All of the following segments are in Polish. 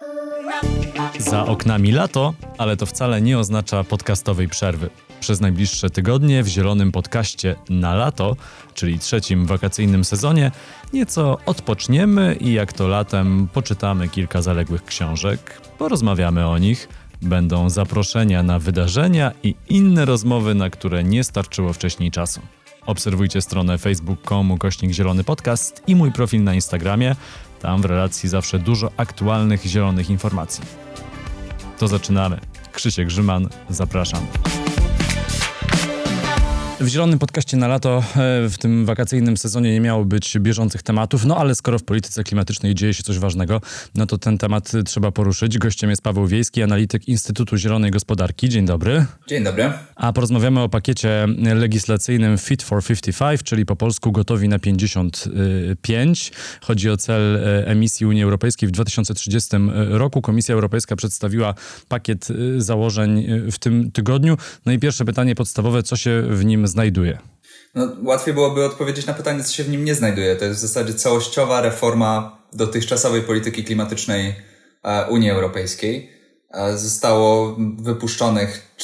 Za oknami lato, ale to wcale nie oznacza podcastowej przerwy. Przez najbliższe tygodnie w Zielonym Podcaście na lato, czyli trzecim wakacyjnym sezonie, nieco odpoczniemy i jak to latem poczytamy kilka zaległych książek, porozmawiamy o nich, będą zaproszenia na wydarzenia i inne rozmowy, na które nie starczyło wcześniej czasu. Obserwujcie stronę facebook.com/Zielony Podcast i mój profil na Instagramie. Tam w relacji zawsze dużo aktualnych zielonych informacji. To zaczynamy. Krzysiek Grzyman, zapraszam. W Zielonym Podcaście na lato w tym wakacyjnym sezonie nie miało być bieżących tematów, no ale skoro w polityce klimatycznej dzieje się coś ważnego, no to ten temat trzeba poruszyć. Gościem jest Paweł Wiejski, analityk Instytutu Zielonej Gospodarki. Dzień dobry. Dzień dobry. A porozmawiamy o pakiecie legislacyjnym Fit for 55, czyli po polsku gotowi na 55. Chodzi o cel emisji Unii Europejskiej w 2030 roku. Komisja Europejska przedstawiła pakiet założeń w tym tygodniu. No i pierwsze pytanie podstawowe, co się w nim znajduje? No, łatwiej byłoby odpowiedzieć na pytanie, co się w nim nie znajduje. To jest w zasadzie całościowa reforma dotychczasowej polityki klimatycznej Unii Europejskiej. Zostało wypuszczonych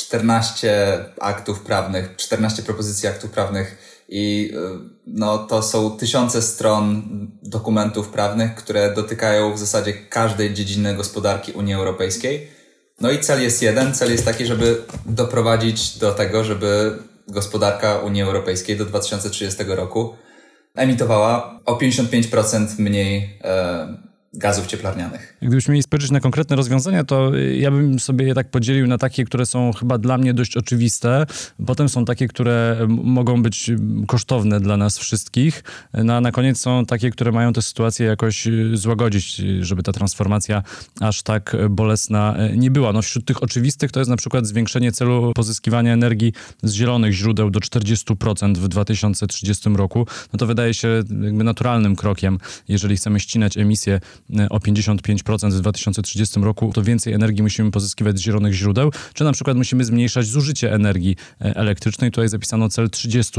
14 aktów prawnych, 14 propozycji aktów prawnych i no, to są tysiące stron dokumentów prawnych, które dotykają w zasadzie każdej dziedziny gospodarki Unii Europejskiej. No i cel jest jeden. Cel jest taki, żeby doprowadzić do tego, żeby gospodarka Unii Europejskiej do 2030 roku emitowała o 55% mniej gazów cieplarnianych. Gdybyśmy mieli spojrzeć na konkretne rozwiązania, to ja bym sobie je tak podzielił na takie, które są chyba dla mnie dość oczywiste. Potem są takie, które mogą być kosztowne dla nas wszystkich. No a na koniec są takie, które mają tę sytuację jakoś złagodzić, żeby ta transformacja aż tak bolesna nie była. No wśród tych oczywistych to jest na przykład zwiększenie celu pozyskiwania energii z zielonych źródeł do 40% w 2030 roku. No to wydaje się jakby naturalnym krokiem, jeżeli chcemy ścinać emisję o 55% w 2030 roku, to więcej energii musimy pozyskiwać z zielonych źródeł, czy na przykład musimy zmniejszać zużycie energii elektrycznej. Tutaj zapisano cel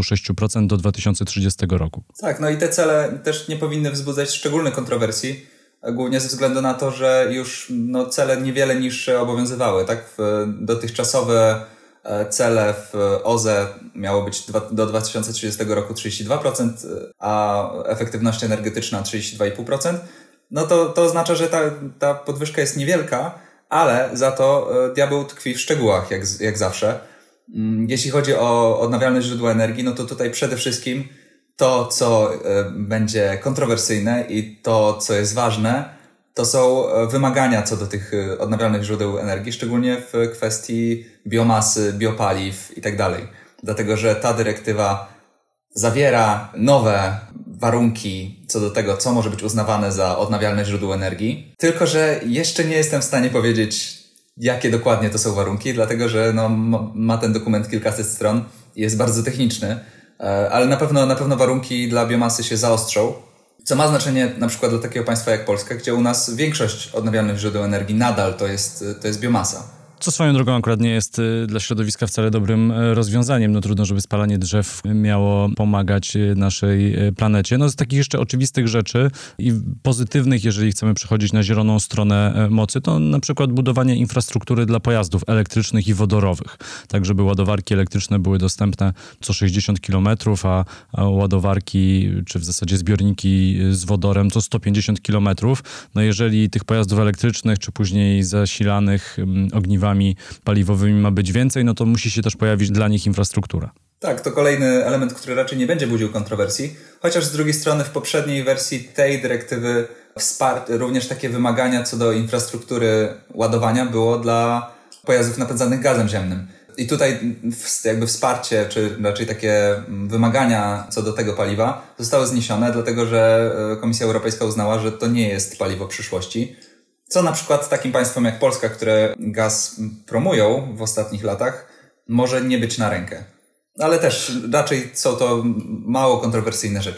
36% do 2030 roku. Tak, no i te cele też nie powinny wzbudzać szczególnych kontrowersji, głównie ze względu na to, że już cele niewiele niższe obowiązywały. Tak? Dotychczasowe cele w OZE miało być do 2030 roku 32%, a efektywność energetyczna 32,5%. No to oznacza, że ta podwyżka jest niewielka, ale za to diabeł tkwi w szczegółach, jak zawsze. Jeśli chodzi o odnawialne źródła energii, no to tutaj przede wszystkim to, co będzie kontrowersyjne i to, co jest ważne, to są wymagania co do tych odnawialnych źródeł energii, szczególnie w kwestii biomasy, biopaliw i tak dalej. Dlatego, że ta dyrektywa zawiera nowe warunki co do tego, co może być uznawane za odnawialne źródło energii. Tylko że jeszcze nie jestem w stanie powiedzieć, jakie dokładnie to są warunki, dlatego że ma ten dokument kilkaset stron i jest bardzo techniczny, ale na pewno warunki dla biomasy się zaostrzą, co ma znaczenie na przykład dla takiego państwa jak Polska, gdzie u nas większość odnawialnych źródeł energii nadal to jest biomasa. Co swoją drogą akurat nie jest dla środowiska wcale dobrym rozwiązaniem. No trudno, żeby spalanie drzew miało pomagać naszej planecie. No z takich jeszcze oczywistych rzeczy i pozytywnych, jeżeli chcemy przechodzić na zieloną stronę mocy, to na przykład budowanie infrastruktury dla pojazdów elektrycznych i wodorowych. Tak, żeby ładowarki elektryczne były dostępne co 60 km, a ładowarki, czy w zasadzie zbiorniki z wodorem co 150 km. No jeżeli tych pojazdów elektrycznych, czy później zasilanych ogniwami paliwowymi ma być więcej, no to musi się też pojawić dla nich infrastruktura. Tak, to kolejny element, który raczej nie będzie budził kontrowersji, chociaż z drugiej strony w poprzedniej wersji tej dyrektywy również takie wymagania co do infrastruktury ładowania było dla pojazdów napędzanych gazem ziemnym. I tutaj jakby wsparcie, czy raczej takie wymagania co do tego paliwa zostały zniesione, dlatego że Komisja Europejska uznała, że to nie jest paliwo przyszłości. Co na przykład takim państwom jak Polska, które gaz promują w ostatnich latach, może nie być na rękę. Ale też raczej są to mało kontrowersyjne rzeczy.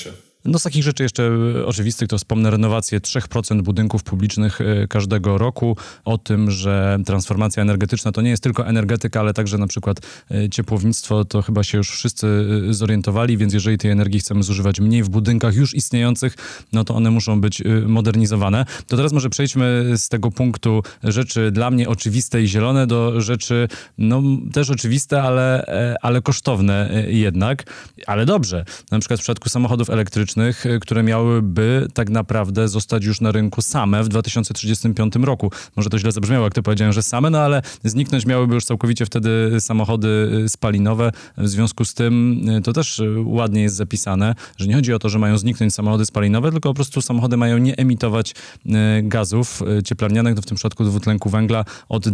No z takich rzeczy jeszcze oczywistych to wspomnę renowację 3% budynków publicznych każdego roku. O tym, że transformacja energetyczna to nie jest tylko energetyka, ale także na przykład ciepłownictwo, to chyba się już wszyscy zorientowali, więc jeżeli tej energii chcemy zużywać mniej w budynkach już istniejących, no to one muszą być modernizowane. To teraz może przejdźmy z tego punktu rzeczy dla mnie oczywiste i zielone do rzeczy no też oczywiste, ale kosztowne jednak. Ale dobrze. Na przykład w przypadku samochodów elektrycznych, które miałyby tak naprawdę zostać już na rynku same w 2035 roku. Może to źle zabrzmiało, jak to powiedziałem, że same, no ale zniknąć miałyby już całkowicie wtedy samochody spalinowe. W związku z tym to też ładnie jest zapisane, że nie chodzi o to, że mają zniknąć samochody spalinowe, tylko po prostu samochody mają nie emitować gazów cieplarnianych, no w tym przypadku dwutlenku węgla od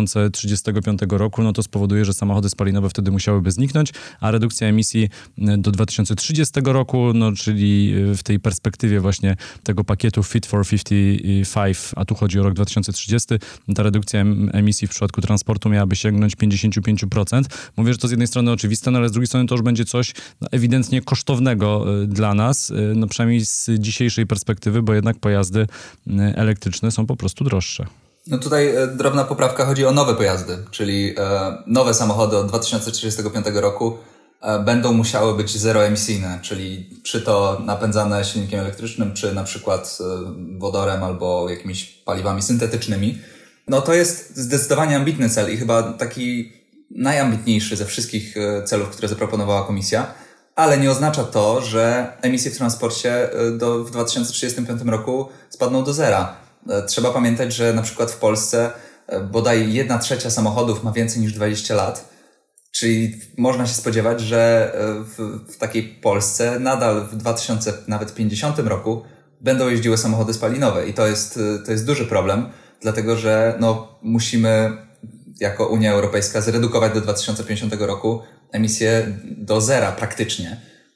2035 roku. No to spowoduje, że samochody spalinowe wtedy musiałyby zniknąć, a redukcja emisji do 2030 roku, no czyli w tej perspektywie właśnie tego pakietu Fit for 55, a tu chodzi o rok 2030, ta redukcja emisji w przypadku transportu miałaby sięgnąć 55%. Mówię, że to z jednej strony oczywiste, no ale z drugiej strony to już będzie coś ewidentnie kosztownego dla nas, no przynajmniej z dzisiejszej perspektywy, bo jednak pojazdy elektryczne są po prostu droższe. No tutaj drobna poprawka, chodzi o nowe pojazdy, czyli nowe samochody od 2035 roku będą musiały być zeroemisyjne, czyli czy to napędzane silnikiem elektrycznym, czy na przykład wodorem albo jakimiś paliwami syntetycznymi. No to jest zdecydowanie ambitny cel i chyba taki najambitniejszy ze wszystkich celów, które zaproponowała Komisja, ale nie oznacza to, że emisje w transporcie w 2035 roku spadną do zera. Trzeba pamiętać, że na przykład w Polsce bodaj 1/3 samochodów ma więcej niż 20 lat, czyli można się spodziewać, że w takiej Polsce nadal w 2050 roku będą jeździły samochody spalinowe i to jest duży problem, dlatego że no, musimy jako Unia Europejska zredukować do 2050 roku emisje do zera praktycznie.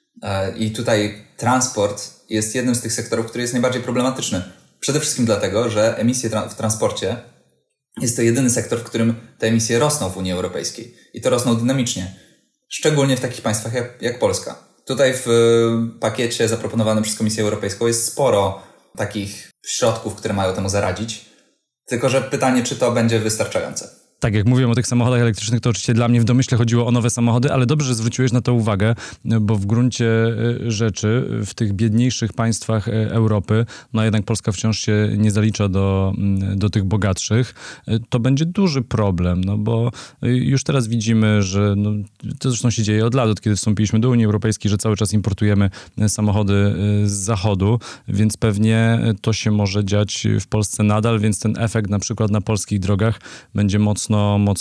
I tutaj transport jest jednym z tych sektorów, który jest najbardziej problematyczny. Przede wszystkim dlatego, że emisje w transporcie jest to jedyny sektor, w którym te emisje rosną w Unii Europejskiej. I to rosną dynamicznie. Szczególnie w takich państwach jak Polska. Tutaj w pakiecie zaproponowanym przez Komisję Europejską jest sporo takich środków, które mają temu zaradzić. Tylko że pytanie, czy to będzie wystarczające. Tak, jak mówiłem o tych samochodach elektrycznych, to oczywiście dla mnie w domyśle chodziło o nowe samochody, ale dobrze, że zwróciłeś na to uwagę, bo w gruncie rzeczy w tych biedniejszych państwach Europy, no jednak Polska wciąż się nie zalicza do tych bogatszych, to będzie duży problem, no bo już teraz widzimy, że no, to zresztą się dzieje od lat, od kiedy wstąpiliśmy do Unii Europejskiej, że cały czas importujemy samochody z zachodu, więc pewnie to się może dziać w Polsce nadal, więc ten efekt na przykład na polskich drogach będzie mocno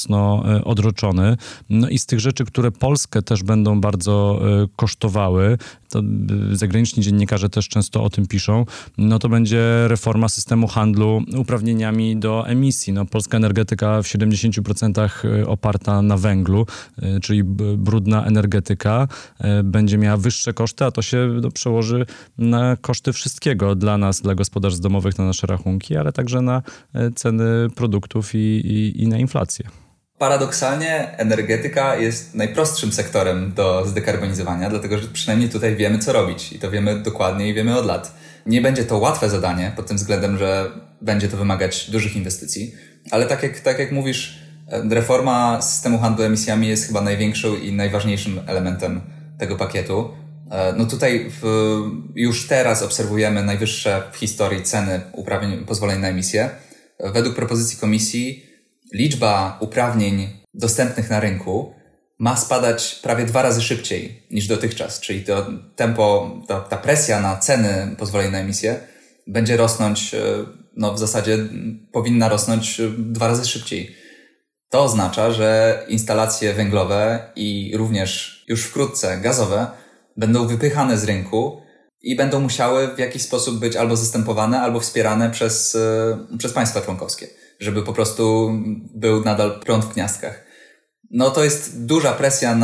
odroczony. No i z tych rzeczy, które Polskę też będą bardzo kosztowały, to zagraniczni dziennikarze też często o tym piszą, no to będzie reforma systemu handlu uprawnieniami do emisji. No, polska energetyka w 70% oparta na węglu, czyli brudna energetyka, będzie miała wyższe koszty, a to się przełoży na koszty wszystkiego dla nas, dla gospodarstw domowych, na nasze rachunki, ale także na ceny produktów i na inflację. Paradoksalnie energetyka jest najprostszym sektorem do zdekarbonizowania, dlatego że przynajmniej tutaj wiemy, co robić i to wiemy dokładnie i wiemy od lat. Nie będzie to łatwe zadanie pod tym względem, że będzie to wymagać dużych inwestycji, ale tak jak mówisz, reforma systemu handlu emisjami jest chyba największym i najważniejszym elementem tego pakietu. No tutaj już teraz obserwujemy najwyższe w historii ceny uprawnień, pozwoleń na emisję. Według propozycji Komisji liczba uprawnień dostępnych na rynku ma spadać prawie 2 razy szybciej niż dotychczas, czyli to tempo, ta presja na ceny pozwoleń na emisję będzie rosnąć, no w zasadzie powinna rosnąć 2 razy szybciej. To oznacza, że instalacje węglowe i również już wkrótce gazowe będą wypychane z rynku i będą musiały w jakiś sposób być albo zastępowane, albo wspierane przez państwa członkowskie, żeby po prostu był nadal prąd w gniazdkach. No to jest duża presja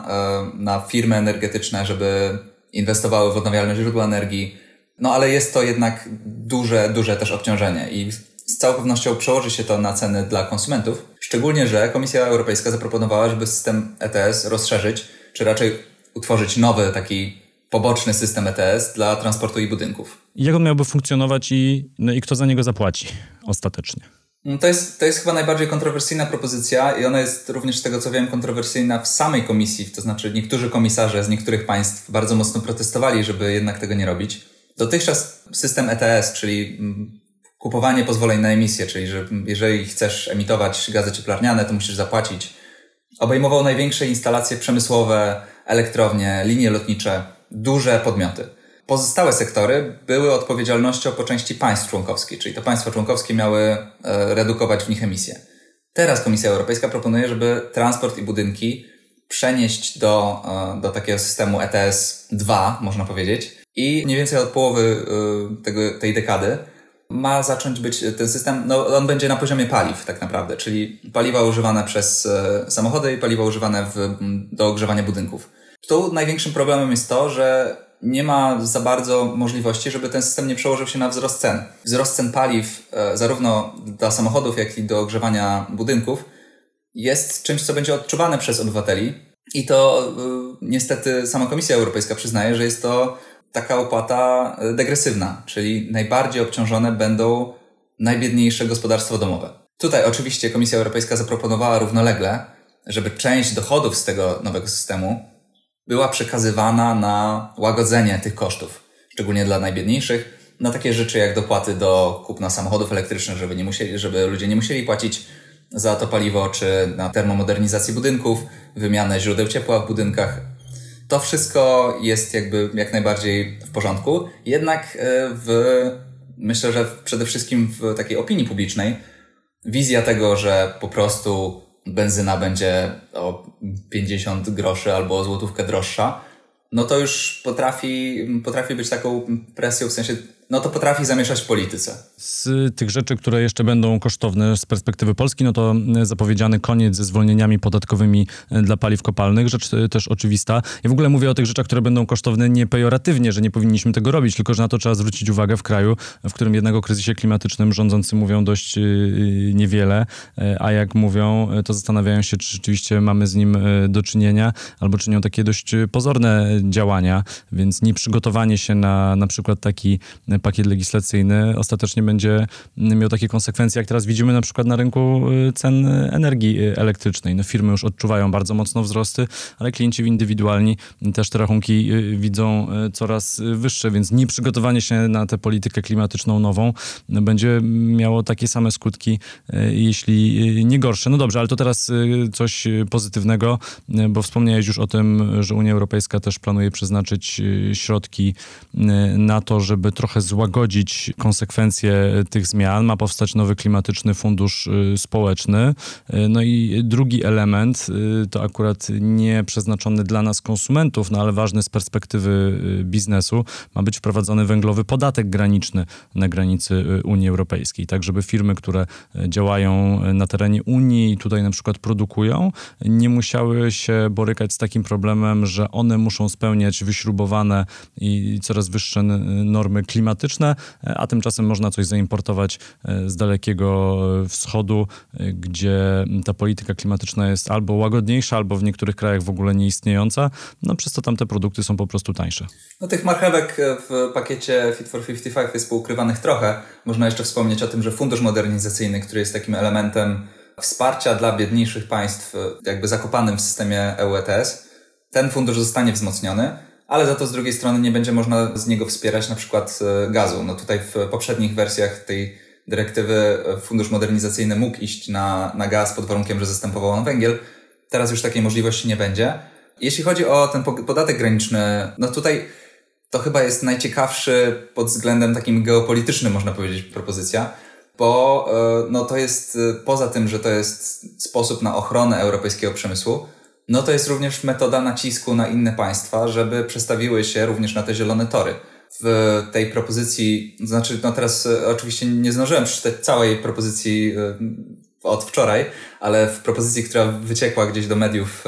na firmy energetyczne, żeby inwestowały w odnawialne źródła energii, no ale jest to jednak duże też obciążenie i z całą pewnością przełoży się to na ceny dla konsumentów, szczególnie, że Komisja Europejska zaproponowała, żeby system ETS rozszerzyć, czy raczej utworzyć nowy taki poboczny system ETS dla transportu i budynków. I jak on miałby funkcjonować i kto za niego zapłaci ostatecznie? To jest chyba najbardziej kontrowersyjna propozycja i ona jest również z tego co wiem kontrowersyjna w samej komisji, to znaczy niektórzy komisarze z niektórych państw bardzo mocno protestowali, żeby jednak tego nie robić. Dotychczas system ETS, czyli kupowanie pozwoleń na emisję, czyli że jeżeli chcesz emitować gazy cieplarniane, to musisz zapłacić, obejmował największe instalacje przemysłowe, elektrownie, linie lotnicze, duże podmioty. Pozostałe sektory były odpowiedzialnością po części państw członkowskich, czyli to państwa członkowskie miały redukować w nich emisje. Teraz Komisja Europejska proponuje, żeby transport i budynki przenieść do takiego systemu ETS 2, można powiedzieć. I mniej więcej od połowy tej dekady ma zacząć być ten system, on będzie na poziomie paliw tak naprawdę, czyli paliwa używane przez samochody i paliwa używane do ogrzewania budynków. Tu największym problemem jest to, że nie ma za bardzo możliwości, żeby ten system nie przełożył się na wzrost cen. Wzrost cen paliw zarówno dla samochodów, jak i do ogrzewania budynków jest czymś, co będzie odczuwane przez obywateli i to niestety sama Komisja Europejska przyznaje, że jest to taka opłata degresywna, czyli najbardziej obciążone będą najbiedniejsze gospodarstwa domowe. Tutaj oczywiście Komisja Europejska zaproponowała równolegle, żeby część dochodów z tego nowego systemu była przekazywana na łagodzenie tych kosztów, szczególnie dla najbiedniejszych, na takie rzeczy jak dopłaty do kupna samochodów elektrycznych, żeby ludzie nie musieli płacić za to paliwo, czy na termomodernizację budynków, wymianę źródeł ciepła w budynkach. To wszystko jest jakby jak najbardziej w porządku, jednak myślę, że przede wszystkim w takiej opinii publicznej wizja tego, że po prostu benzyna będzie o 50 groszy albo o złotówkę droższa, no to już potrafi być taką presją, w sensie, no to potrafi zamieszać w polityce. Z tych rzeczy, które jeszcze będą kosztowne z perspektywy Polski, no to zapowiedziany koniec ze zwolnieniami podatkowymi dla paliw kopalnych, rzecz też oczywista. Ja w ogóle mówię o tych rzeczach, które będą kosztowne nie pejoratywnie, że nie powinniśmy tego robić, tylko że na to trzeba zwrócić uwagę w kraju, w którym jednak o kryzysie klimatycznym rządzący mówią dość niewiele, a jak mówią, to zastanawiają się, czy rzeczywiście mamy z nim do czynienia, albo czynią takie dość pozorne działania, więc nieprzygotowanie się na przykład taki pakiet legislacyjny ostatecznie będzie miał takie konsekwencje, jak teraz widzimy na przykład na rynku cen energii elektrycznej. No firmy już odczuwają bardzo mocno wzrosty, ale klienci indywidualni też te rachunki widzą coraz wyższe, więc nieprzygotowanie się na tę politykę klimatyczną nową będzie miało takie same skutki, jeśli nie gorsze. No dobrze, ale to teraz coś pozytywnego, bo wspomniałeś już o tym, że Unia Europejska też planuje przeznaczyć środki na to, żeby trochę złagodzić konsekwencje tych zmian. Ma powstać nowy klimatyczny fundusz społeczny. No i drugi element, to akurat nie przeznaczony dla nas konsumentów, no ale ważny z perspektywy biznesu, ma być wprowadzony węglowy podatek graniczny na granicy Unii Europejskiej, tak żeby firmy, które działają na terenie Unii i tutaj na przykład produkują, nie musiały się borykać z takim problemem, że one muszą spełniać wyśrubowane i coraz wyższe normy klimatyczne, a tymczasem można coś zaimportować z Dalekiego Wschodu, gdzie ta polityka klimatyczna jest albo łagodniejsza, albo w niektórych krajach w ogóle nieistniejąca, no przez to tam te produkty są po prostu tańsze. No tych marchewek w pakiecie Fit for 55 jest poukrywanych trochę. Można jeszcze wspomnieć o tym, że fundusz modernizacyjny, który jest takim elementem wsparcia dla biedniejszych państw, jakby zakopanym w systemie EU ETS, ten fundusz zostanie wzmocniony, ale za to z drugiej strony nie będzie można z niego wspierać na przykład gazu. No tutaj w poprzednich wersjach tej dyrektywy fundusz modernizacyjny mógł iść na gaz pod warunkiem, że zastępował on węgiel. Teraz już takiej możliwości nie będzie. Jeśli chodzi o ten podatek graniczny, no tutaj to chyba jest najciekawszy pod względem takim geopolitycznym, można powiedzieć, propozycja, bo no to jest, poza tym, że to jest sposób na ochronę europejskiego przemysłu, no to jest również metoda nacisku na inne państwa, żeby przestawiły się również na te zielone tory. W tej propozycji, to znaczy no teraz oczywiście nie zdążyłem przeczytać całej propozycji od wczoraj, ale w propozycji, która wyciekła gdzieś do mediów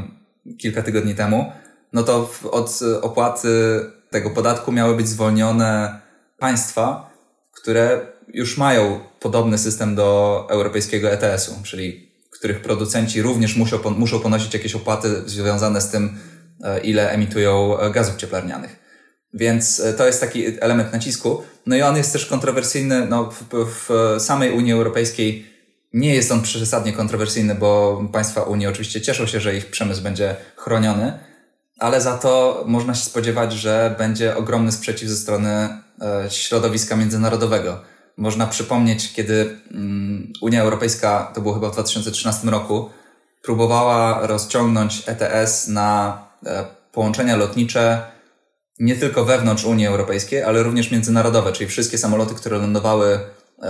kilka tygodni temu, no to od opłaty tego podatku miały być zwolnione państwa, które już mają podobny system do europejskiego ETS-u, czyli których producenci również muszą ponosić jakieś opłaty związane z tym, ile emitują gazów cieplarnianych. Więc to jest taki element nacisku. No i on jest też kontrowersyjny. No, w samej Unii Europejskiej nie jest on przesadnie kontrowersyjny, bo państwa Unii oczywiście cieszą się, że ich przemysł będzie chroniony, ale za to można się spodziewać, że będzie ogromny sprzeciw ze strony środowiska międzynarodowego. Można przypomnieć, kiedy Unia Europejska, to było chyba w 2013 roku, próbowała rozciągnąć ETS na połączenia lotnicze nie tylko wewnątrz Unii Europejskiej, ale również międzynarodowe, czyli wszystkie samoloty, które lądowały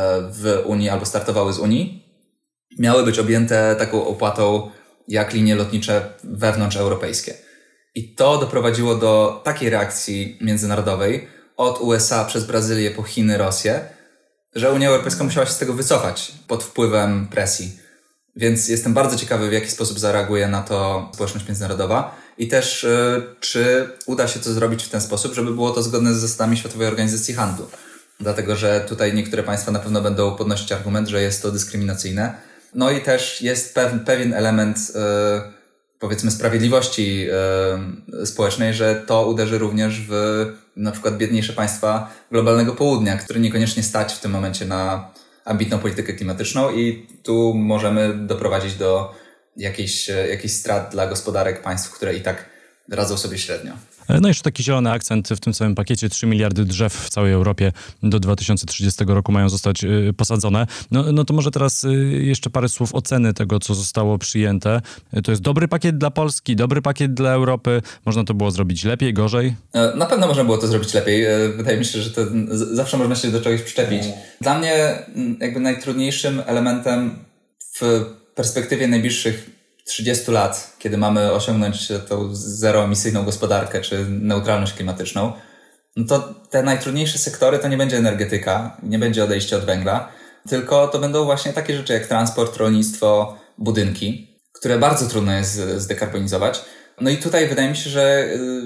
w Unii albo startowały z Unii, miały być objęte taką opłatą jak linie lotnicze wewnątrzeuropejskie. I to doprowadziło do takiej reakcji międzynarodowej od USA przez Brazylię po Chiny, Rosję, że Unia Europejska musiała się z tego wycofać pod wpływem presji. Więc jestem bardzo ciekawy, w jaki sposób zareaguje na to społeczność międzynarodowa i też czy uda się to zrobić w ten sposób, żeby było to zgodne z zasadami Światowej Organizacji Handlu. Dlatego, że tutaj niektóre państwa na pewno będą podnosić argument, że jest to dyskryminacyjne. No i też jest pewien element powiedzmy sprawiedliwości społecznej, że to uderzy również w na przykład biedniejsze państwa globalnego południa, które niekoniecznie stać w tym momencie na ambitną politykę klimatyczną i tu możemy doprowadzić do jakichś strat dla gospodarek państw, które i tak radzą sobie średnio. No jeszcze taki zielony akcent w tym całym pakiecie. 3 miliardy drzew w całej Europie do 2030 roku mają zostać posadzone. No to może teraz jeszcze parę słów oceny tego, co zostało przyjęte. To jest dobry pakiet dla Polski, dobry pakiet dla Europy. Można to było zrobić lepiej, gorzej? Na pewno można było to zrobić lepiej. Wydaje mi się, że to zawsze można się do czegoś przyczepić. Dla mnie jakby najtrudniejszym elementem w perspektywie najbliższych 30 lat, kiedy mamy osiągnąć tą zeroemisyjną gospodarkę czy neutralność klimatyczną, no to te najtrudniejsze sektory to nie będzie energetyka, nie będzie odejście od węgla, tylko to będą właśnie takie rzeczy jak transport, rolnictwo, budynki, które bardzo trudno jest zdekarbonizować. No i tutaj wydaje mi się, że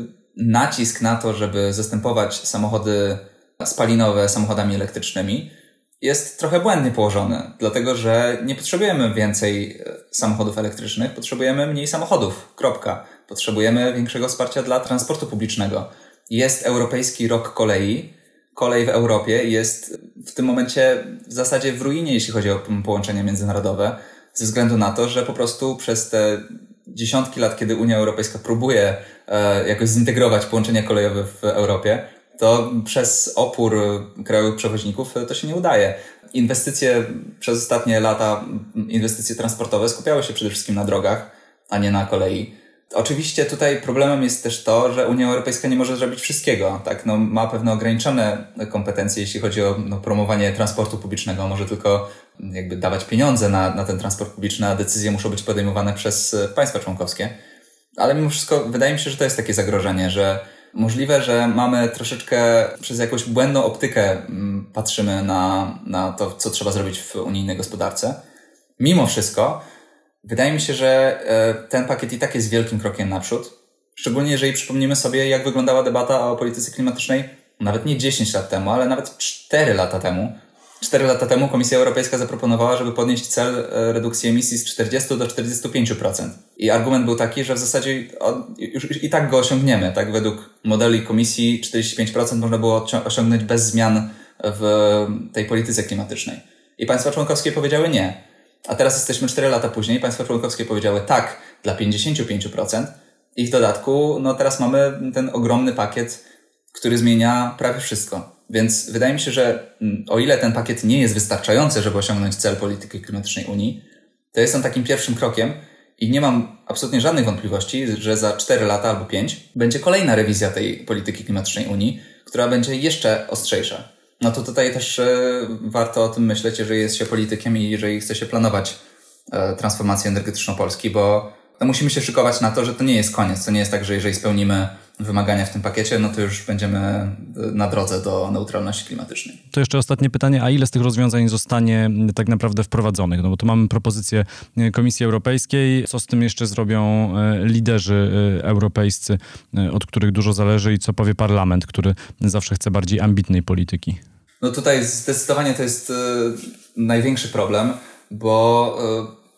nacisk na to, żeby zastępować samochody spalinowe samochodami elektrycznymi jest trochę błędnie położony, dlatego że nie potrzebujemy więcej samochodów elektrycznych, potrzebujemy mniej samochodów, kropka. Potrzebujemy większego wsparcia dla transportu publicznego. Jest Europejski Rok Kolei. Kolej w Europie jest w tym momencie w zasadzie w ruinie, jeśli chodzi o połączenia międzynarodowe, ze względu na to, że po prostu przez te dziesiątki lat, kiedy Unia Europejska próbuje jakoś zintegrować połączenia kolejowe w Europie, to przez opór krajowych przewoźników to się nie udaje. Inwestycje przez ostatnie lata, inwestycje transportowe skupiały się przede wszystkim na drogach, a nie na kolei. Oczywiście tutaj problemem jest też to, że Unia Europejska nie może zrobić wszystkiego. Tak? No, ma pewne ograniczone kompetencje, jeśli chodzi o promowanie transportu publicznego. Może tylko jakby dawać pieniądze na ten transport publiczny, a decyzje muszą być podejmowane przez państwa członkowskie. Ale mimo wszystko wydaje mi się, że to jest takie zagrożenie, że możliwe, że mamy troszeczkę przez jakąś błędną optykę patrzymy na to, co trzeba zrobić w unijnej gospodarce. Mimo wszystko wydaje mi się, że ten pakiet i tak jest wielkim krokiem naprzód. Szczególnie jeżeli przypomnimy sobie, jak wyglądała debata o polityce klimatycznej nawet nie 10 lat temu, ale nawet 4 lata temu. 4 lata temu Komisja Europejska zaproponowała, żeby podnieść cel redukcji emisji z 40 do 45%. I argument był taki, że w zasadzie już i tak go osiągniemy. Tak, według modeli Komisji 45% można było osiągnąć bez zmian w tej polityce klimatycznej. I państwa członkowskie powiedziały nie. A teraz jesteśmy 4 lata później, państwa członkowskie powiedziały tak dla 55%. I w dodatku, no teraz mamy ten ogromny pakiet, który zmienia prawie wszystko. Więc wydaje mi się, że o ile ten pakiet nie jest wystarczający, żeby osiągnąć cel polityki klimatycznej Unii, to jest on takim pierwszym krokiem i nie mam absolutnie żadnych wątpliwości, że za 4 lata albo 5 będzie kolejna rewizja tej polityki klimatycznej Unii, która będzie jeszcze ostrzejsza. No to tutaj też warto o tym myśleć, jeżeli jest się politykiem i jeżeli chce się planować transformację energetyczną Polski, bo no musimy się szykować na to, że to nie jest koniec. To nie jest tak, że jeżeli spełnimy wymagania w tym pakiecie, no to już będziemy na drodze do neutralności klimatycznej. To jeszcze ostatnie pytanie, a ile z tych rozwiązań zostanie tak naprawdę wprowadzonych? No bo tu mamy propozycję Komisji Europejskiej. Co z tym jeszcze zrobią liderzy europejscy, od których dużo zależy i co powie parlament, który zawsze chce bardziej ambitnej polityki? No tutaj zdecydowanie to jest największy problem, bo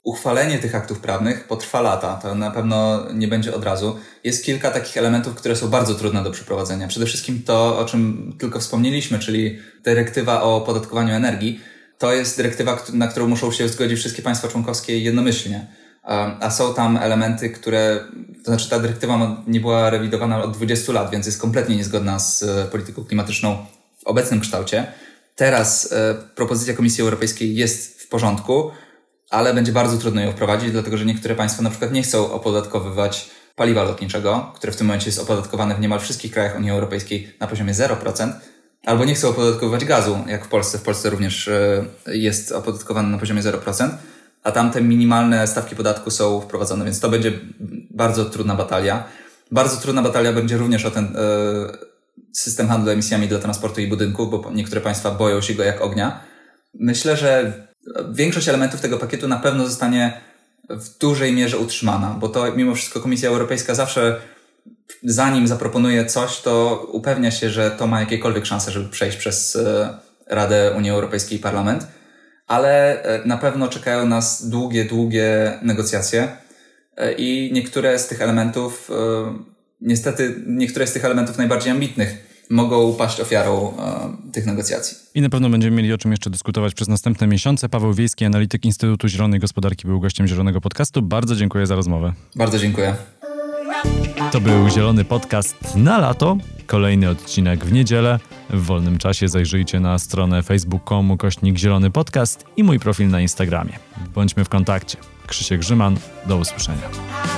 uchwalenie tych aktów prawnych potrwa lata. To na pewno nie będzie od razu. Jest kilka takich elementów, które są bardzo trudne do przeprowadzenia. Przede wszystkim to, o czym tylko wspomnieliśmy, czyli dyrektywa o opodatkowaniu energii. To jest dyrektywa, na którą muszą się zgodzić wszystkie państwa członkowskie jednomyślnie. A są tam elementy, to znaczy ta dyrektywa nie była rewidowana od 20 lat, więc jest kompletnie niezgodna z polityką klimatyczną w obecnym kształcie. Teraz propozycja Komisji Europejskiej jest w porządku, ale będzie bardzo trudno ją wprowadzić, dlatego że niektóre państwa na przykład nie chcą opodatkowywać paliwa lotniczego, które w tym momencie jest opodatkowane w niemal wszystkich krajach Unii Europejskiej na poziomie 0%, albo nie chcą opodatkowywać gazu, jak w Polsce. W Polsce również jest opodatkowany na poziomie 0%, a tam te minimalne stawki podatku są wprowadzone, więc to będzie bardzo trudna batalia. Bardzo trudna batalia będzie również o ten system handlu emisjami dla transportu i budynków, bo niektóre państwa boją się go jak ognia. Myślę, że większość elementów tego pakietu na pewno zostanie w dużej mierze utrzymana, bo to mimo wszystko Komisja Europejska zawsze, zanim zaproponuje coś, to upewnia się, że to ma jakiekolwiek szanse, żeby przejść przez Radę Unii Europejskiej i Parlament, ale na pewno czekają nas długie negocjacje i niektóre z tych elementów, niestety niektóre z tych elementów najbardziej ambitnych mogą paść ofiarą tych negocjacji. I na pewno będziemy mieli o czym jeszcze dyskutować przez następne miesiące. Paweł Wiejski, analityk Instytutu Zielonej Gospodarki, był gościem Zielonego Podcastu. Bardzo dziękuję za rozmowę. Bardzo dziękuję. To był Zielony Podcast na lato. Kolejny odcinek w niedzielę. W wolnym czasie zajrzyjcie na stronę facebook.com/Zielony Podcast i mój profil na Instagramie. Bądźmy w kontakcie. Krzysiek Grzyman, do usłyszenia.